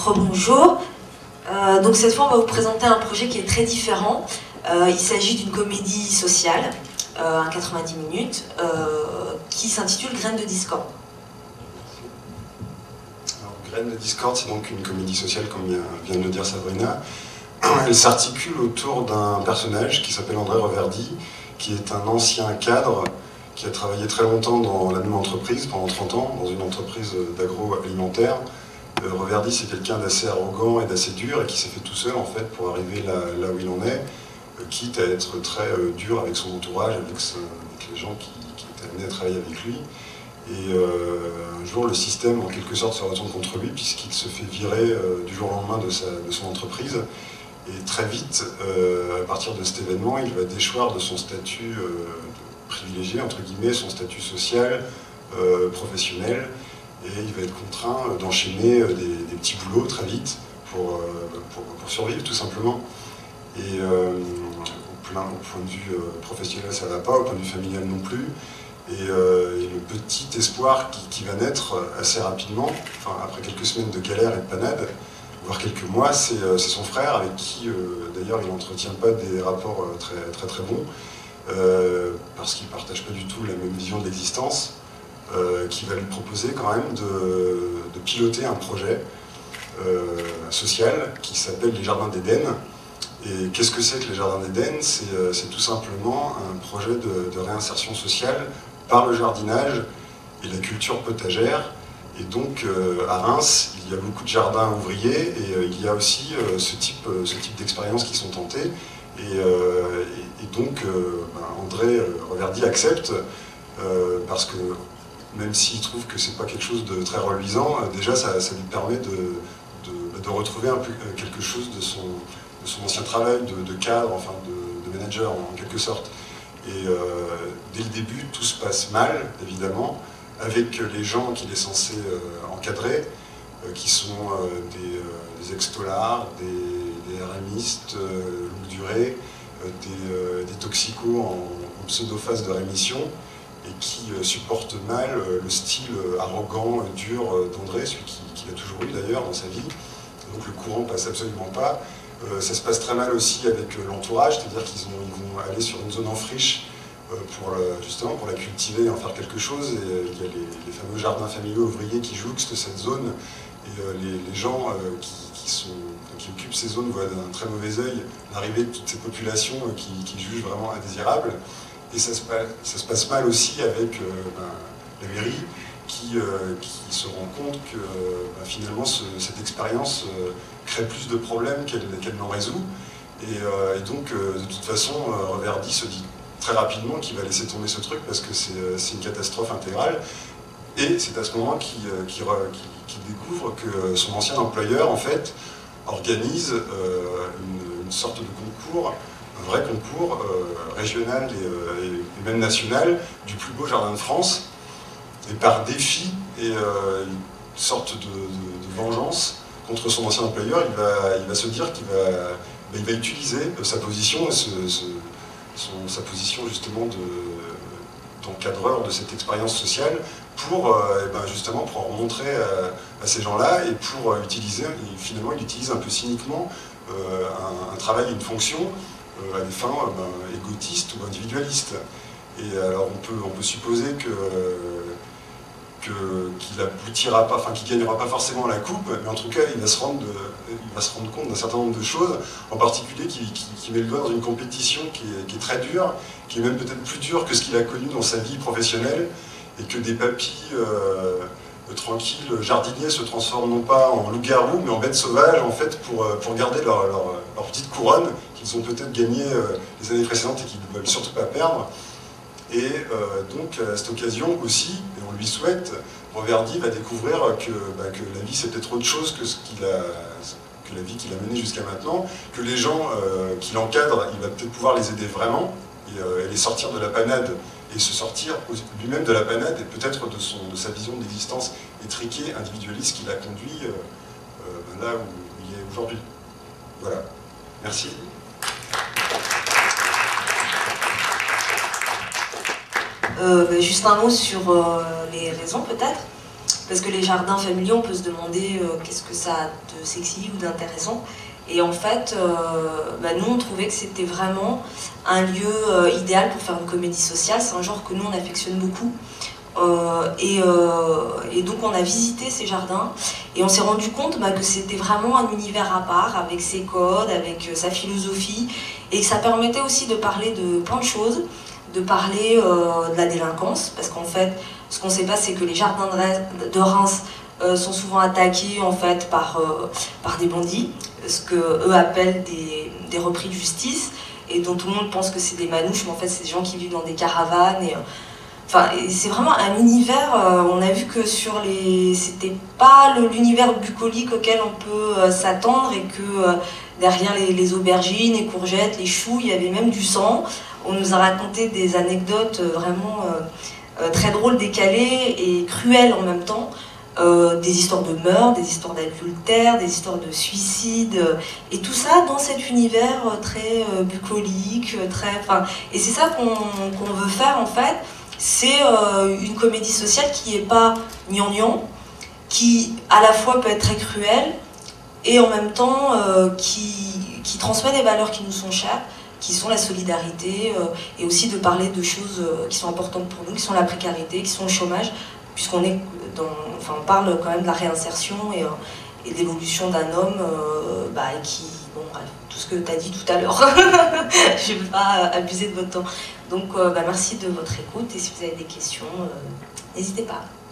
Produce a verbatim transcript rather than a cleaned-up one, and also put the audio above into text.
Rebonjour. Euh, donc cette fois, on va vous présenter un projet qui est très différent. Euh, il s'agit d'une comédie sociale, euh, à quatre-vingt-dix minutes, euh, qui s'intitule Graines de Discord. Alors, Graines de Discord, c'est donc une comédie sociale, comme vient de le dire Sabrina. Elle s'articule autour d'un personnage qui s'appelle André Reverdy, qui est un ancien cadre qui a travaillé très longtemps dans la même entreprise, pendant trente ans, dans une entreprise d'agroalimentaire. Euh, Reverdy, c'est quelqu'un d'assez arrogant et d'assez dur et qui s'est fait tout seul en fait pour arriver là, là où il en est, euh, quitte à être très euh, dur avec son entourage, avec, ce, avec les gens qui, qui étaient amenés à travailler avec lui. Et euh, un jour, le système, en quelque sorte, se retourne contre lui, puisqu'il se fait virer euh, du jour au lendemain de, sa, de son entreprise. Et très vite, euh, à partir de cet événement, il va déchoir de son statut euh, privilégié, entre guillemets, son statut social, euh, professionnel, et il va être contraint d'enchaîner des, des petits boulots très vite pour, euh, pour, pour survivre, tout simplement. Et euh, au, plein, au point de vue euh, professionnel, ça ne va pas, au point de vue familial non plus. Et, euh, et le petit espoir qui, qui va naître assez rapidement, enfin, après quelques semaines de galère et de panade, voire quelques mois, c'est euh, son frère avec qui, euh, d'ailleurs, il n'entretient pas des rapports euh, très, très très bons, euh, parce qu'ils ne partagent pas du tout la même vision de l'existence, euh, qui va lui proposer quand même de, de piloter un projet euh, social qui s'appelle les Jardins d'Éden. Et qu'est-ce que c'est que les Jardins d'Éden? C'est euh, tout simplement un projet de, de réinsertion sociale par le jardinage et la culture potagère. Et donc, euh, à Reims, il y a beaucoup de jardins ouvriers et euh, il y a aussi euh, ce type, euh, ce type d'expériences qui sont tentées. Et, euh, et, et donc, euh, ben, André Reverdy accepte, euh, parce que même s'il trouve que c'est pas quelque chose de très reluisant, euh, déjà ça, ça lui permet de, de, de retrouver un peu quelque chose de son, de son ancien travail de, de cadre, enfin de, de manager en, en quelque sorte. Et euh, dès le début, tout se passe mal, évidemment, avec les gens qu'il est censé euh, encadrer, euh, qui sont euh, des, euh, des ex-tolards, des, des RMistes euh, longue durée, euh, des, euh, des toxicos en, en pseudo-phase de rémission, et qui euh, supportent mal euh, le style euh, arrogant, euh, dur euh, d'André, celui qu'il qui a toujours eu d'ailleurs dans sa vie. Donc le courant passe absolument pas. Euh, ça se passe très mal aussi avec euh, l'entourage, c'est-à-dire qu'ils ils vont aller sur une zone en friche pour le, justement pour la cultiver et en faire quelque chose. Et euh, il y a les, les fameux jardins familiaux ouvriers qui jouxtent cette zone, et euh, les, les gens euh, qui, qui, sont, qui occupent ces zones voient d'un très mauvais œil l'arrivée de toutes ces populations euh, qui, qui jugent vraiment indésirables. Et ça se, passe, ça se passe mal aussi avec euh, ben, la mairie qui, euh, qui se rend compte que ben, finalement ce, cette expérience euh, crée plus de problèmes qu'elle qu'elle n'en résout. Et, euh, et donc euh, de toute façon, euh, Reverdy se dit très rapidement qu'il va laisser tomber ce truc parce que c'est une catastrophe intégrale. Et c'est à ce moment qu'il qu qu découvre que son ancien employeur, en fait, organise euh, une, une sorte de concours, un vrai concours euh, régional et, euh, et même national du plus beau jardin de France. Et par défi et euh, une sorte de, de, de vengeance contre son ancien employeur, il va, il va se dire qu'il va, ben, il va utiliser sa position et ce, ce Son, sa position justement d'encadreur de, de cette expérience sociale pour euh, ben justement pour en montrer à, à ces gens-là et pour euh, utiliser, et finalement il utilise un peu cyniquement euh, un, un travail et une fonction euh, à des fins euh, ben, égotistes ou individualistes. Et alors on peut, on peut supposer que qu'il aboutira pas, enfin qu'il gagnera pas forcément la coupe, mais en tout cas il va se rendre, de, il va se rendre compte d'un certain nombre de choses, en particulier qui, qui, qui met le doigt dans une compétition qui est, qui est très dure, qui est même peut-être plus dure que ce qu'il a connu dans sa vie professionnelle, et que des papis euh, tranquilles, jardiniers se transforment non pas en loups-garous, mais en bêtes sauvages en fait pour, pour garder leur, leur, leur petite couronne qu'ils ont peut-être gagnée euh, les années précédentes et qu'ils ne veulent surtout pas perdre. Et euh, donc à cette occasion aussi, et on lui souhaite, Reverdy va découvrir que, bah, que la vie c'est peut-être autre chose que, ce qu'il a, que la vie qu'il a menée jusqu'à maintenant, que les gens euh, qui l'encadrent, il va peut-être pouvoir les aider vraiment, et, euh, et les sortir de la panade, et se sortir lui-même de la panade, et peut-être de, de sa vision d'existence étriquée, individualiste, qui l'a conduit euh, euh, là où il est aujourd'hui. Voilà. Merci. Euh, bah, juste un mot sur euh, les raisons peut-être. parce que les jardins familiaux, on peut se demander euh, qu'est-ce que ça a de sexy ou d'intéressant. Et en fait, euh, bah nous, on trouvait que c'était vraiment un lieu euh, idéal pour faire une comédie sociale. C'est un genre que nous, on affectionne beaucoup. Euh, et, euh, et donc, on a visité ces jardins et on s'est rendu compte bah, que c'était vraiment un univers à part, avec ses codes, avec euh, sa philosophie, et que ça permettait aussi de parler de plein de choses, de parler euh, de la délinquance, parce qu'en fait, ce qu'on ne sait pas, c'est que les jardins de Reims euh, sont souvent attaqués en fait, par, euh, par des bandits, ce qu'eux appellent des, des repris de justice, et dont tout le monde pense que c'est des manouches, mais en fait c'est des gens qui vivent dans des caravanes. Et, euh, enfin, c'est vraiment un univers, euh, on a vu que sur les... c'était pas l'univers bucolique auquel on peut euh, s'attendre, et que euh, derrière les, les aubergines, les courgettes, les choux, il y avait même du sang. On nous a raconté des anecdotes euh, vraiment euh, euh, très drôles, décalées et cruelles en même temps. Euh, des histoires de meurtre, des histoires d'adultère, des histoires de suicide, euh, et tout ça dans cet univers euh, très euh, bucolique, très, enfin, et c'est ça qu'on qu'on veut faire en fait. C'est euh, une comédie sociale qui n'est pas gnangnan, qui à la fois peut être très cruelle et en même temps euh, qui, qui transmet des valeurs qui nous sont chères, qui sont la solidarité, euh, et aussi de parler de choses euh, qui sont importantes pour nous, qui sont la précarité, qui sont le chômage, puisqu'on est dans, enfin, on parle quand même de la réinsertion et, euh, et de l'évolution d'un homme euh, bah, qui, bon bref, tout ce que tu as dit tout à l'heure. Je ne vais pas abuser de votre temps. Donc euh, bah, merci de votre écoute, et si vous avez des questions, euh, n'hésitez pas.